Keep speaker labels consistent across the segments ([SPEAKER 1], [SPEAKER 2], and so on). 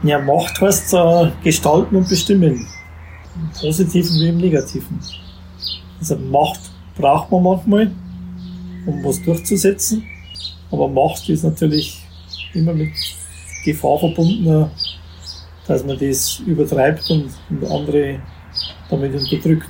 [SPEAKER 1] Ja, Macht heißt gestalten und bestimmen. Im Positiven wie im Negativen. Also Macht braucht man manchmal, um was durchzusetzen. Aber Macht ist natürlich immer mit Gefahr verbunden, dass man das übertreibt und andere damit unterdrückt.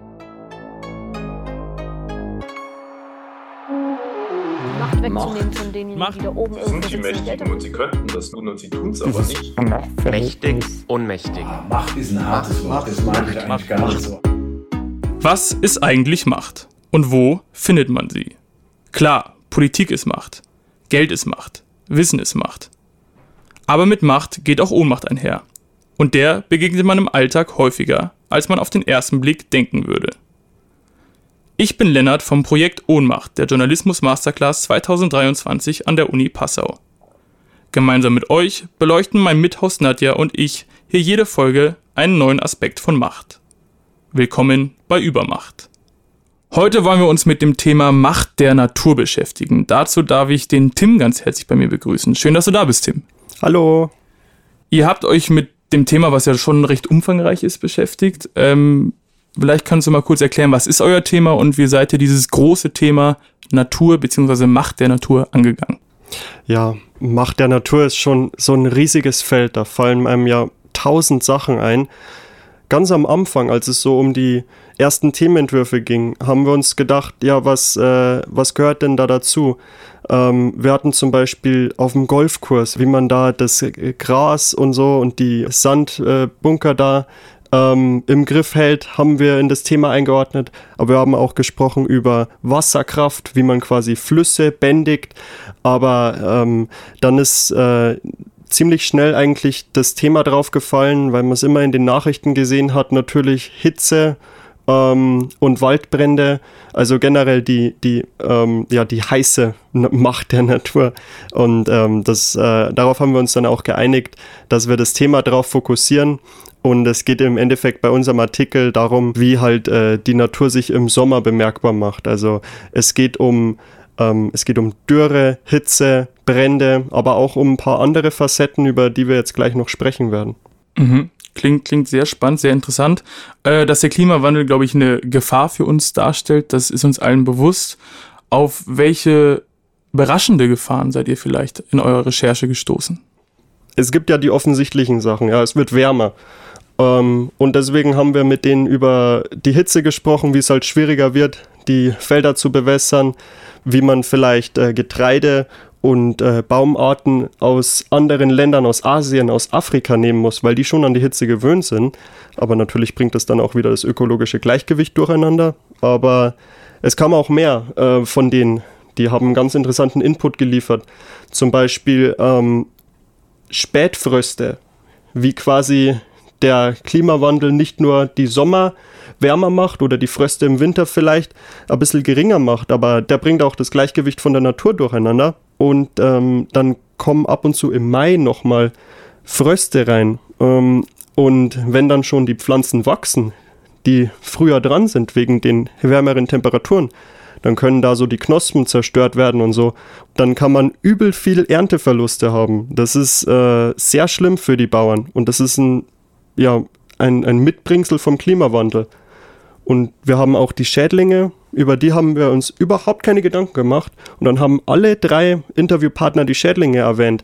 [SPEAKER 2] Macht wegzunehmen von denjenigen, die da oben irgendwo
[SPEAKER 3] sind die Mächtigen und sie könnten das tun und sie tun es aber nicht.
[SPEAKER 4] Mächtig, ohnmächtig.
[SPEAKER 5] Macht ist ein hartes Wort, das mag ich eigentlich gar nicht so.
[SPEAKER 6] Was ist eigentlich Macht? Und wo findet man sie? Klar, Politik ist Macht, Geld ist Macht, Wissen ist Macht. Aber mit Macht geht auch Ohnmacht einher. Und der begegnet man im Alltag häufiger, als man auf den ersten Blick denken würde. Ich bin Lennart vom Projekt Ohnmacht, der Journalismus Masterclass 2023 an der Uni Passau. Gemeinsam mit euch beleuchten mein Mithost Nadja und ich hier jede Folge einen neuen Aspekt von Macht. Willkommen bei Übermacht. Heute wollen wir uns mit dem Thema Macht der Natur beschäftigen. Dazu darf ich den Tim ganz herzlich bei mir begrüßen. Schön, dass du da bist, Tim.
[SPEAKER 7] Hallo.
[SPEAKER 6] Ihr habt euch mit dem Thema, was ja schon recht umfangreich ist, beschäftigt. Vielleicht kannst du mal kurz erklären, was ist euer Thema und wie seid ihr dieses große Thema Natur bzw. Macht der Natur angegangen?
[SPEAKER 7] Ja, Macht der Natur ist schon so ein riesiges Feld. Da fallen einem ja 1000 Sachen ein. Ganz am Anfang, als es so um die ersten Themenentwürfe ging, haben wir uns gedacht, ja, was gehört denn da dazu? Wir hatten zum Beispiel auf dem Golfkurs, wie man da das Gras und so und die Sandbunker da im Griff hält, haben wir in das Thema eingeordnet. Aber wir haben auch gesprochen über Wasserkraft, wie man quasi Flüsse bändigt. Aber dann ist ziemlich schnell eigentlich das Thema drauf gefallen, weil man es immer in den Nachrichten gesehen hat, natürlich Hitze und Waldbrände, also generell die heiße Macht der Natur. Und darauf haben wir uns dann auch geeinigt, dass wir das Thema drauf fokussieren. Und es geht im Endeffekt bei unserem Artikel darum, wie halt die Natur sich im Sommer bemerkbar macht. Also es geht um Dürre, Hitze, Brände, aber auch um ein paar andere Facetten, über die wir jetzt gleich noch sprechen werden.
[SPEAKER 6] Mhm. Klingt sehr spannend, sehr interessant. Dass der Klimawandel, glaube ich, eine Gefahr für uns darstellt, das ist uns allen bewusst. Auf welche überraschende Gefahren seid ihr vielleicht in eurer Recherche gestoßen?
[SPEAKER 7] Es gibt ja die offensichtlichen Sachen, ja, es wird wärmer. Und deswegen haben wir mit denen über die Hitze gesprochen, wie es halt schwieriger wird, die Felder zu bewässern, wie man vielleicht Getreide und Baumarten aus anderen Ländern, aus Asien, aus Afrika nehmen muss, weil die schon an die Hitze gewöhnt sind. Aber natürlich bringt es dann auch wieder das ökologische Gleichgewicht durcheinander. Aber es kam auch mehr von denen, die haben einen ganz interessanten Input geliefert. Zum Beispiel Spätfröste, wie quasi der Klimawandel nicht nur die Sommer wärmer macht oder die Fröste im Winter vielleicht ein bisschen geringer macht, aber der bringt auch das Gleichgewicht von der Natur durcheinander. Und dann kommen ab und zu im Mai nochmal Fröste rein. Und wenn dann schon die Pflanzen wachsen, die früher dran sind wegen den wärmeren Temperaturen, dann können da so die Knospen zerstört werden und so. Dann kann man übel viel Ernteverluste haben. Das ist sehr schlimm für die Bauern. Und das ist ein Mitbringsel vom Klimawandel. Und wir haben auch die Schädlinge, über die haben wir uns überhaupt keine Gedanken gemacht. Und dann haben alle 3 Interviewpartner die Schädlinge erwähnt.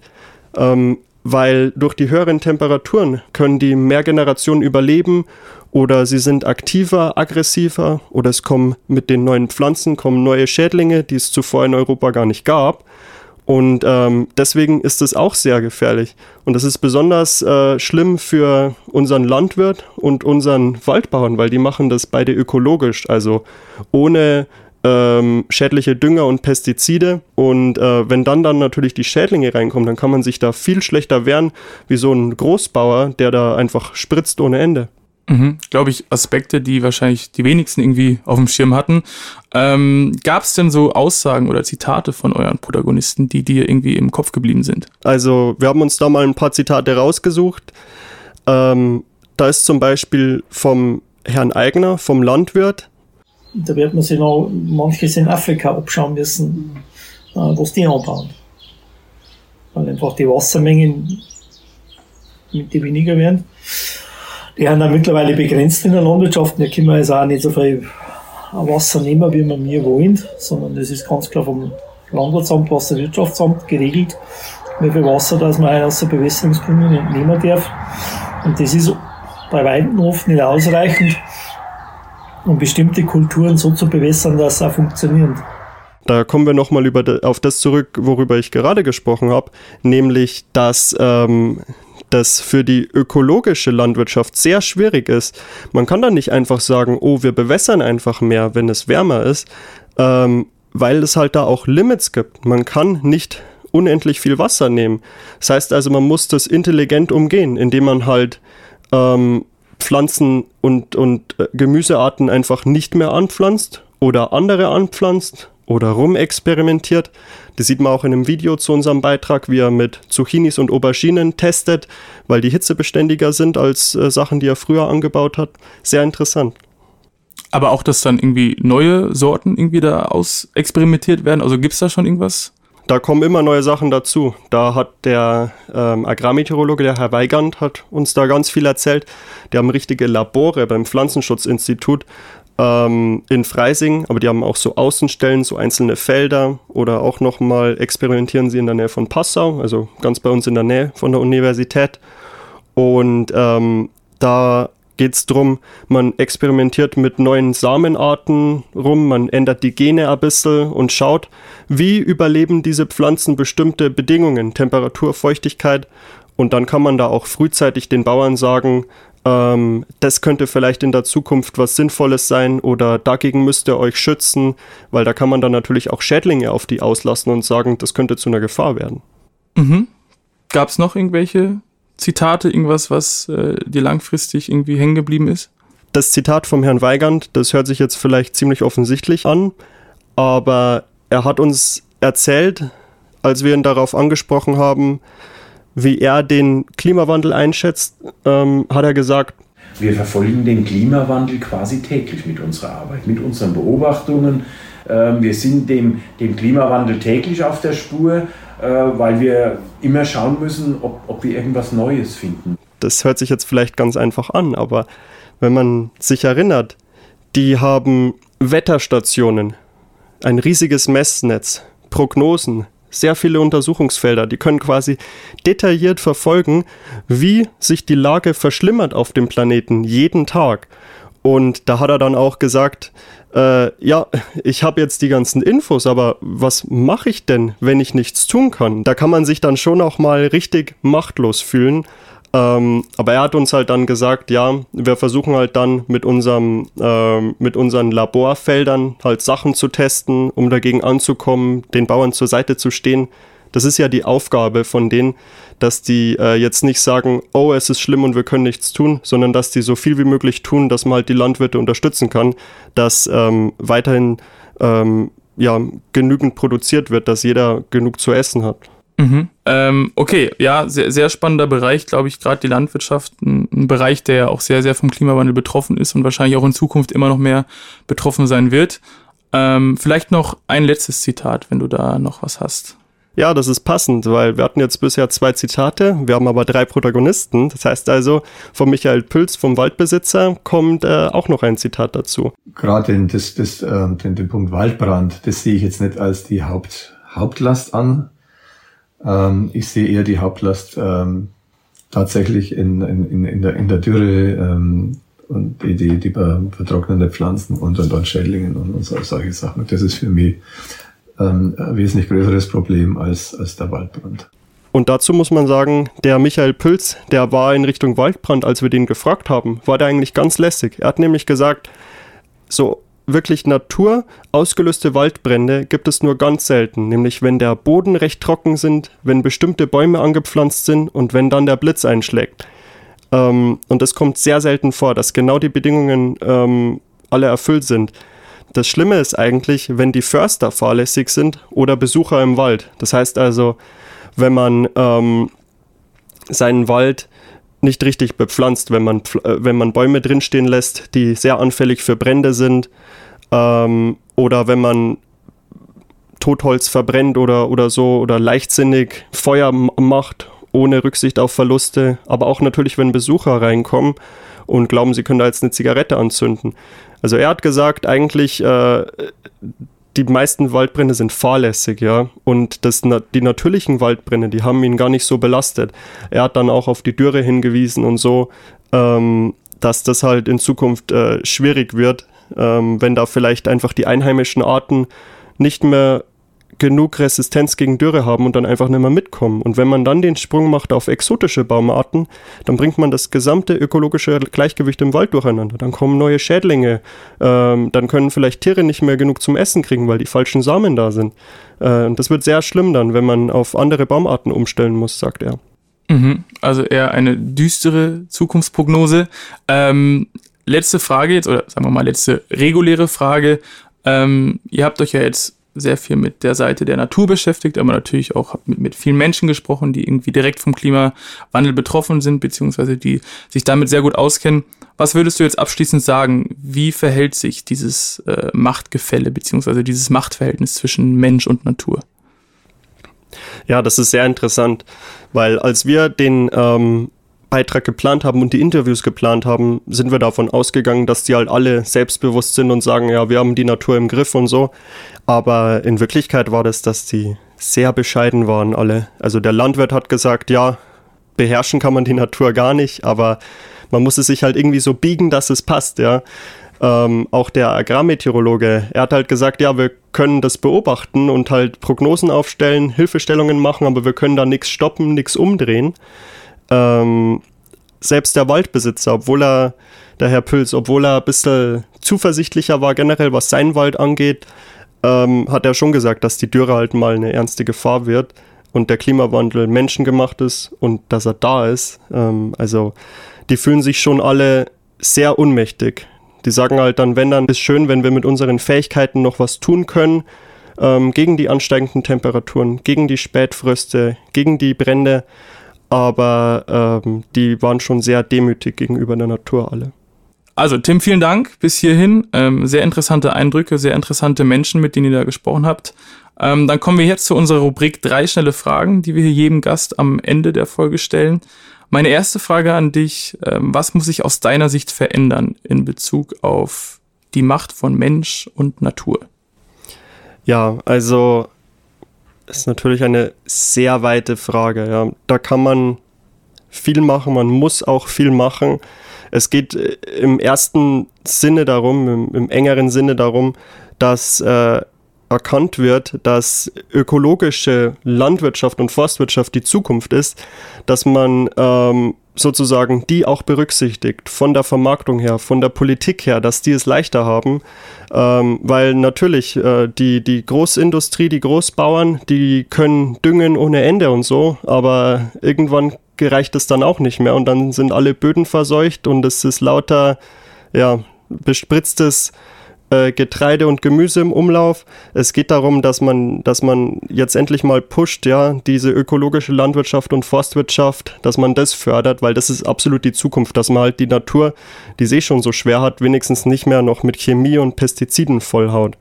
[SPEAKER 7] Weil durch die höheren Temperaturen können die mehr Generationen überleben oder sie sind aktiver, aggressiver oder es kommen mit den neuen Pflanzen neue Schädlinge, die es zuvor in Europa gar nicht gab. Und deswegen ist es auch sehr gefährlich. Und das ist besonders schlimm für unseren Landwirt und unseren Waldbauern, weil die machen das beide ökologisch, also ohne schädliche Dünger und Pestizide. Und wenn dann natürlich die Schädlinge reinkommen, dann kann man sich da viel schlechter wehren wie so ein Großbauer, der da einfach spritzt ohne Ende.
[SPEAKER 6] Glaube ich, Aspekte, die wahrscheinlich die wenigsten irgendwie auf dem Schirm hatten. Gab es denn so Aussagen oder Zitate von euren Protagonisten, die dir irgendwie im Kopf geblieben sind?
[SPEAKER 7] Also wir haben uns da mal ein paar Zitate rausgesucht. Da ist zum Beispiel vom Herrn Eigner, vom Landwirt.
[SPEAKER 1] Da wird man sich noch manches in Afrika abschauen müssen, was die anbauen. Weil einfach die Wassermengen die weniger werden. Die haben dann mittlerweile begrenzt in der Landwirtschaft. Da können wir jetzt auch nicht so viel Wasser nehmen, wie wir wollen, sondern das ist ganz klar vom Landwirtsamt, Wasserwirtschaftsamt geregelt, wie viel Wasser das man aus der Bewässerungsgründung nehmen darf. Und das ist bei weitem oft nicht ausreichend, um bestimmte Kulturen so zu bewässern, dass sie auch funktionieren.
[SPEAKER 7] Da kommen wir nochmal auf das zurück, worüber ich gerade gesprochen habe, nämlich, dass das für die ökologische Landwirtschaft sehr schwierig ist. Man kann dann nicht einfach sagen, oh, wir bewässern einfach mehr, wenn es wärmer ist, weil es halt da auch Limits gibt. Man kann nicht unendlich viel Wasser nehmen. Das heißt also, man muss das intelligent umgehen, indem man halt Pflanzen und Gemüsearten einfach nicht mehr anpflanzt oder andere anpflanzt oder rumexperimentiert. Das sieht man auch in einem Video zu unserem Beitrag, wie er mit Zucchinis und Auberginen testet, weil die hitzebeständiger sind als Sachen, die er früher angebaut hat. Sehr interessant.
[SPEAKER 6] Aber auch, dass dann irgendwie neue Sorten irgendwie da ausexperimentiert werden? Also gibt es da schon irgendwas?
[SPEAKER 7] Da kommen immer neue Sachen dazu. Da hat der Agrarmeteorologe, der Herr Weigand, hat uns da ganz viel erzählt. Die haben richtige Labore beim Pflanzenschutzinstitut in Freising, aber die haben auch so Außenstellen, so einzelne Felder, oder auch nochmal experimentieren sie in der Nähe von Passau, also ganz bei uns in der Nähe von der Universität. Und da geht es darum, man experimentiert mit neuen Samenarten rum, man ändert die Gene ein bisschen und schaut, wie überleben diese Pflanzen bestimmte Bedingungen, Temperatur, Feuchtigkeit. Und dann kann man da auch frühzeitig den Bauern sagen, das könnte vielleicht in der Zukunft was Sinnvolles sein oder dagegen müsst ihr euch schützen, weil da kann man dann natürlich auch Schädlinge auf die auslassen und sagen, das könnte zu einer Gefahr werden.
[SPEAKER 6] Mhm. Gab es noch irgendwelche Zitate, irgendwas, was dir langfristig irgendwie hängen geblieben ist?
[SPEAKER 7] Das Zitat vom Herrn Weigand, das hört sich jetzt vielleicht ziemlich offensichtlich an, aber er hat uns erzählt, als wir ihn darauf angesprochen haben, wie er den Klimawandel einschätzt, hat er gesagt,
[SPEAKER 5] wir verfolgen den Klimawandel quasi täglich mit unserer Arbeit, mit unseren Beobachtungen. Wir sind dem Klimawandel täglich auf der Spur, weil wir immer schauen müssen, ob wir irgendwas Neues finden.
[SPEAKER 7] Das hört sich jetzt vielleicht ganz einfach an, aber wenn man sich erinnert, die haben Wetterstationen, ein riesiges Messnetz, Prognosen, sehr viele Untersuchungsfelder, die können quasi detailliert verfolgen, wie sich die Lage verschlimmert auf dem Planeten jeden Tag. Und da hat er dann auch gesagt, ja, ich habe jetzt die ganzen Infos, aber was mache ich denn, wenn ich nichts tun kann? Da kann man sich dann schon auch mal richtig machtlos fühlen. Aber er hat uns halt dann gesagt, ja, wir versuchen halt dann mit unseren Laborfeldern halt Sachen zu testen, um dagegen anzukommen, den Bauern zur Seite zu stehen. Das ist ja die Aufgabe von denen, dass die jetzt nicht sagen, oh, es ist schlimm und wir können nichts tun, sondern dass die so viel wie möglich tun, dass man halt die Landwirte unterstützen kann, dass weiterhin genügend produziert wird, dass jeder genug zu essen hat.
[SPEAKER 6] Mhm. Okay, ja, sehr, sehr spannender Bereich, glaube ich, gerade die Landwirtschaft, ein Bereich, der ja auch sehr, sehr vom Klimawandel betroffen ist und wahrscheinlich auch in Zukunft immer noch mehr betroffen sein wird. Vielleicht noch ein letztes Zitat, wenn du da noch was hast.
[SPEAKER 7] Ja, das ist passend, weil wir hatten jetzt bisher 2 Zitate, wir haben aber 3 Protagonisten. Das heißt also, von Michael Pülz, vom Waldbesitzer, kommt auch noch ein Zitat dazu.
[SPEAKER 8] Gerade den Punkt Waldbrand, das sehe ich jetzt nicht als die Hauptlast an. Ich sehe eher die Hauptlast tatsächlich in der Dürre und die vertrocknende Pflanzen und Schädlingen und solche Sachen. Das ist für mich ein wesentlich größeres Problem als der Waldbrand.
[SPEAKER 7] Und dazu muss man sagen, der Michael Pülz, der war in Richtung Waldbrand, als wir den gefragt haben, war der eigentlich ganz lässig. Er hat nämlich gesagt, so wirklich Natur ausgelöste Waldbrände gibt es nur ganz selten, nämlich wenn der Boden recht trocken sind, wenn bestimmte Bäume angepflanzt sind und wenn dann der Blitz einschlägt. Und es kommt sehr selten vor, dass genau die Bedingungen alle erfüllt sind. Das Schlimme ist eigentlich, wenn die Förster fahrlässig sind oder Besucher im Wald. Das heißt also, wenn man seinen Wald nicht richtig bepflanzt, wenn man Bäume drinstehen lässt, die sehr anfällig für Brände sind, oder wenn man Totholz verbrennt oder so oder leichtsinnig Feuer macht ohne Rücksicht auf Verluste, aber auch natürlich, wenn Besucher reinkommen und glauben, sie können da jetzt eine Zigarette anzünden. Also er hat gesagt, eigentlich die meisten Waldbrände sind fahrlässig, ja, und die natürlichen Waldbrände, die haben ihn gar nicht so belastet. Er hat dann auch auf die Dürre hingewiesen und so, dass das halt in Zukunft schwierig wird, wenn da vielleicht einfach die einheimischen Arten nicht mehr genug Resistenz gegen Dürre haben und dann einfach nicht mehr mitkommen. Und wenn man dann den Sprung macht auf exotische Baumarten, dann bringt man das gesamte ökologische Gleichgewicht im Wald durcheinander. Dann kommen neue Schädlinge, dann können vielleicht Tiere nicht mehr genug zum Essen kriegen, weil die falschen Samen da sind. Und das wird sehr schlimm dann, wenn man auf andere Baumarten umstellen muss, sagt er.
[SPEAKER 6] Also eher eine düstere Zukunftsprognose. Letzte Frage jetzt, oder sagen wir mal letzte reguläre Frage. Ihr habt euch ja jetzt sehr viel mit der Seite der Natur beschäftigt, aber natürlich auch mit vielen Menschen gesprochen, die irgendwie direkt vom Klimawandel betroffen sind, beziehungsweise die sich damit sehr gut auskennen. Was würdest du jetzt abschließend sagen? Wie verhält sich dieses Machtgefälle, beziehungsweise dieses Machtverhältnis zwischen Mensch und Natur?
[SPEAKER 7] Ja, das ist sehr interessant, weil als wir den Beitrag geplant haben und die Interviews geplant haben, sind wir davon ausgegangen, dass die halt alle selbstbewusst sind und sagen, ja, wir haben die Natur im Griff und so. Aber in Wirklichkeit war das, dass die sehr bescheiden waren alle. Also der Landwirt hat gesagt, ja, beherrschen kann man die Natur gar nicht, aber man muss es sich halt irgendwie so biegen, dass es passt, ja. Auch der Agrarmeteorologe, er hat halt gesagt, ja, wir können das beobachten und halt Prognosen aufstellen, Hilfestellungen machen, aber wir können da nichts stoppen, nichts umdrehen. Selbst der Waldbesitzer, der Herr Püls, obwohl er ein bisschen zuversichtlicher war generell, was seinen Wald angeht, hat er schon gesagt, dass die Dürre halt mal eine ernste Gefahr wird und der Klimawandel menschengemacht ist und dass er da ist. Also die fühlen sich schon alle sehr ohnmächtig. Die sagen halt dann, wenn, dann ist schön, wenn wir mit unseren Fähigkeiten noch was tun können, gegen die ansteigenden Temperaturen, gegen die Spätfröste, gegen die Brände. Aber die waren schon sehr demütig gegenüber der Natur alle.
[SPEAKER 6] Also Tim, vielen Dank bis hierhin. Sehr interessante Eindrücke, sehr interessante Menschen, mit denen ihr da gesprochen habt. Dann kommen wir jetzt zu unserer Rubrik 3 schnelle Fragen, die wir hier jedem Gast am Ende der Folge stellen. Meine erste Frage an dich, was muss sich aus deiner Sicht verändern in Bezug auf die Macht von Mensch und Natur? Ja,
[SPEAKER 7] also das ist natürlich eine sehr weite Frage. Ja. Da kann man viel machen, man muss auch viel machen. Es geht im ersten Sinne darum, im engeren Sinne darum, dass erkannt wird, dass ökologische Landwirtschaft und Forstwirtschaft die Zukunft ist, dass man sozusagen die auch berücksichtigt, von der Vermarktung her, von der Politik her, dass die es leichter haben, weil natürlich die Großindustrie, die Großbauern, die können düngen ohne Ende und so, aber irgendwann reicht es dann auch nicht mehr und dann sind alle Böden verseucht und es ist lauter bespritztes Getreide und Gemüse im Umlauf. Es geht darum, dass man jetzt endlich mal pusht, ja, diese ökologische Landwirtschaft und Forstwirtschaft, dass man das fördert, weil das ist absolut die Zukunft, dass man halt die Natur, die sie schon so schwer hat, wenigstens nicht mehr noch mit Chemie und Pestiziden vollhaut.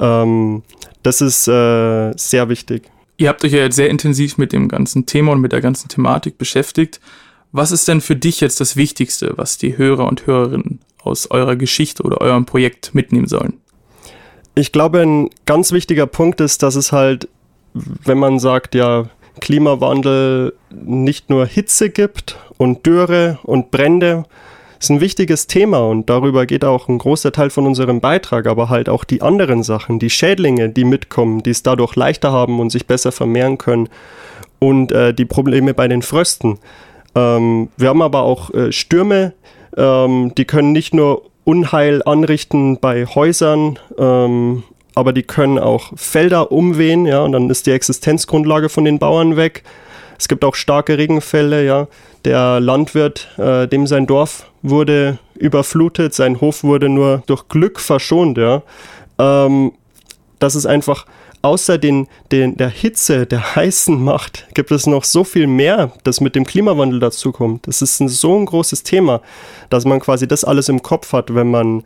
[SPEAKER 7] Das ist sehr wichtig.
[SPEAKER 6] Ihr habt euch ja jetzt sehr intensiv mit dem ganzen Thema und mit der ganzen Thematik beschäftigt. Was ist denn für dich jetzt das Wichtigste, was die Hörer und Hörerinnen aus eurer Geschichte oder eurem Projekt mitnehmen sollen?
[SPEAKER 7] Ich glaube, ein ganz wichtiger Punkt ist, dass es halt, wenn man sagt, ja, Klimawandel nicht nur Hitze gibt und Dürre und Brände, ist ein wichtiges Thema und darüber geht auch ein großer Teil von unserem Beitrag, aber halt auch die anderen Sachen, die Schädlinge, die mitkommen, die es dadurch leichter haben und sich besser vermehren können und die Probleme bei den Frösten. Wir haben aber auch Stürme, die können nicht nur Unheil anrichten bei Häusern, aber die können auch Felder umwehen, ja, und dann ist die Existenzgrundlage von den Bauern weg. Es gibt auch starke Regenfälle, ja. Der Landwirt, dem sein Dorf wurde überflutet, sein Hof wurde nur durch Glück verschont, ja. Das ist einfach, außer der Hitze, der heißen Macht, gibt es noch so viel mehr, das mit dem Klimawandel dazu kommt. Das ist so ein großes Thema, dass man quasi das alles im Kopf hat, wenn man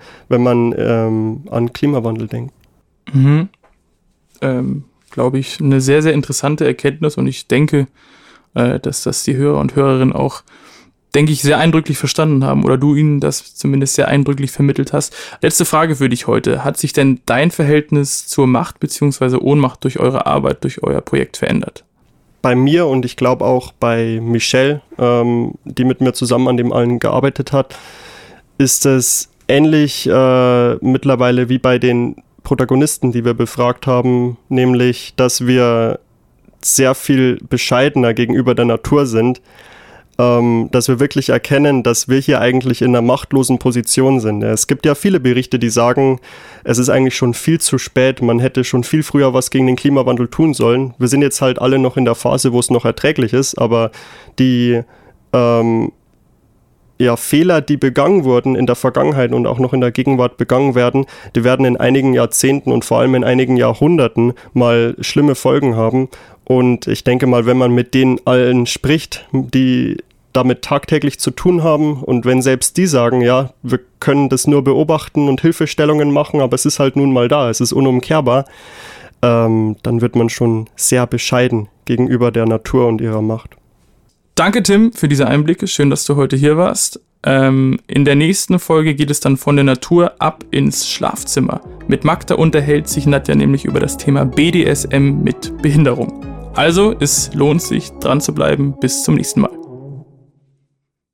[SPEAKER 7] an Klimawandel denkt.
[SPEAKER 6] Glaube ich, eine sehr, sehr interessante Erkenntnis und ich denke dass das die Hörer und Hörerinnen auch, denke ich, sehr eindrücklich verstanden haben oder du ihnen das zumindest sehr eindrücklich vermittelt hast. Letzte Frage für dich heute. Hat sich denn dein Verhältnis zur Macht bzw. Ohnmacht durch eure Arbeit, durch euer Projekt verändert?
[SPEAKER 7] Bei mir und ich glaube auch bei Michelle, die mit mir zusammen an dem allen gearbeitet hat, ist es ähnlich mittlerweile wie bei den Protagonisten, die wir befragt haben, nämlich, dass wir sehr viel bescheidener gegenüber der Natur sind, dass wir wirklich erkennen, dass wir hier eigentlich in einer machtlosen Position sind. Es gibt ja viele Berichte, die sagen, es ist eigentlich schon viel zu spät, man hätte schon viel früher was gegen den Klimawandel tun sollen. Wir sind jetzt halt alle noch in der Phase, wo es noch erträglich ist, aber die Fehler, die begangen wurden in der Vergangenheit und auch noch in der Gegenwart begangen werden, die werden in einigen Jahrzehnten und vor allem in einigen Jahrhunderten mal schlimme Folgen haben. Und ich denke mal, wenn man mit denen allen spricht, die damit tagtäglich zu tun haben und wenn selbst die sagen, ja, wir können das nur beobachten und Hilfestellungen machen, aber es ist halt nun mal da, es ist unumkehrbar, dann wird man schon sehr bescheiden gegenüber der Natur und ihrer Macht.
[SPEAKER 6] Danke, Tim, für diese Einblicke. Schön, dass du heute hier warst. In der nächsten Folge geht es dann von der Natur ab ins Schlafzimmer. Mit Magda unterhält sich Nadja nämlich über das Thema BDSM mit Behinderung. Also, es lohnt sich, dran zu bleiben. Bis zum nächsten Mal.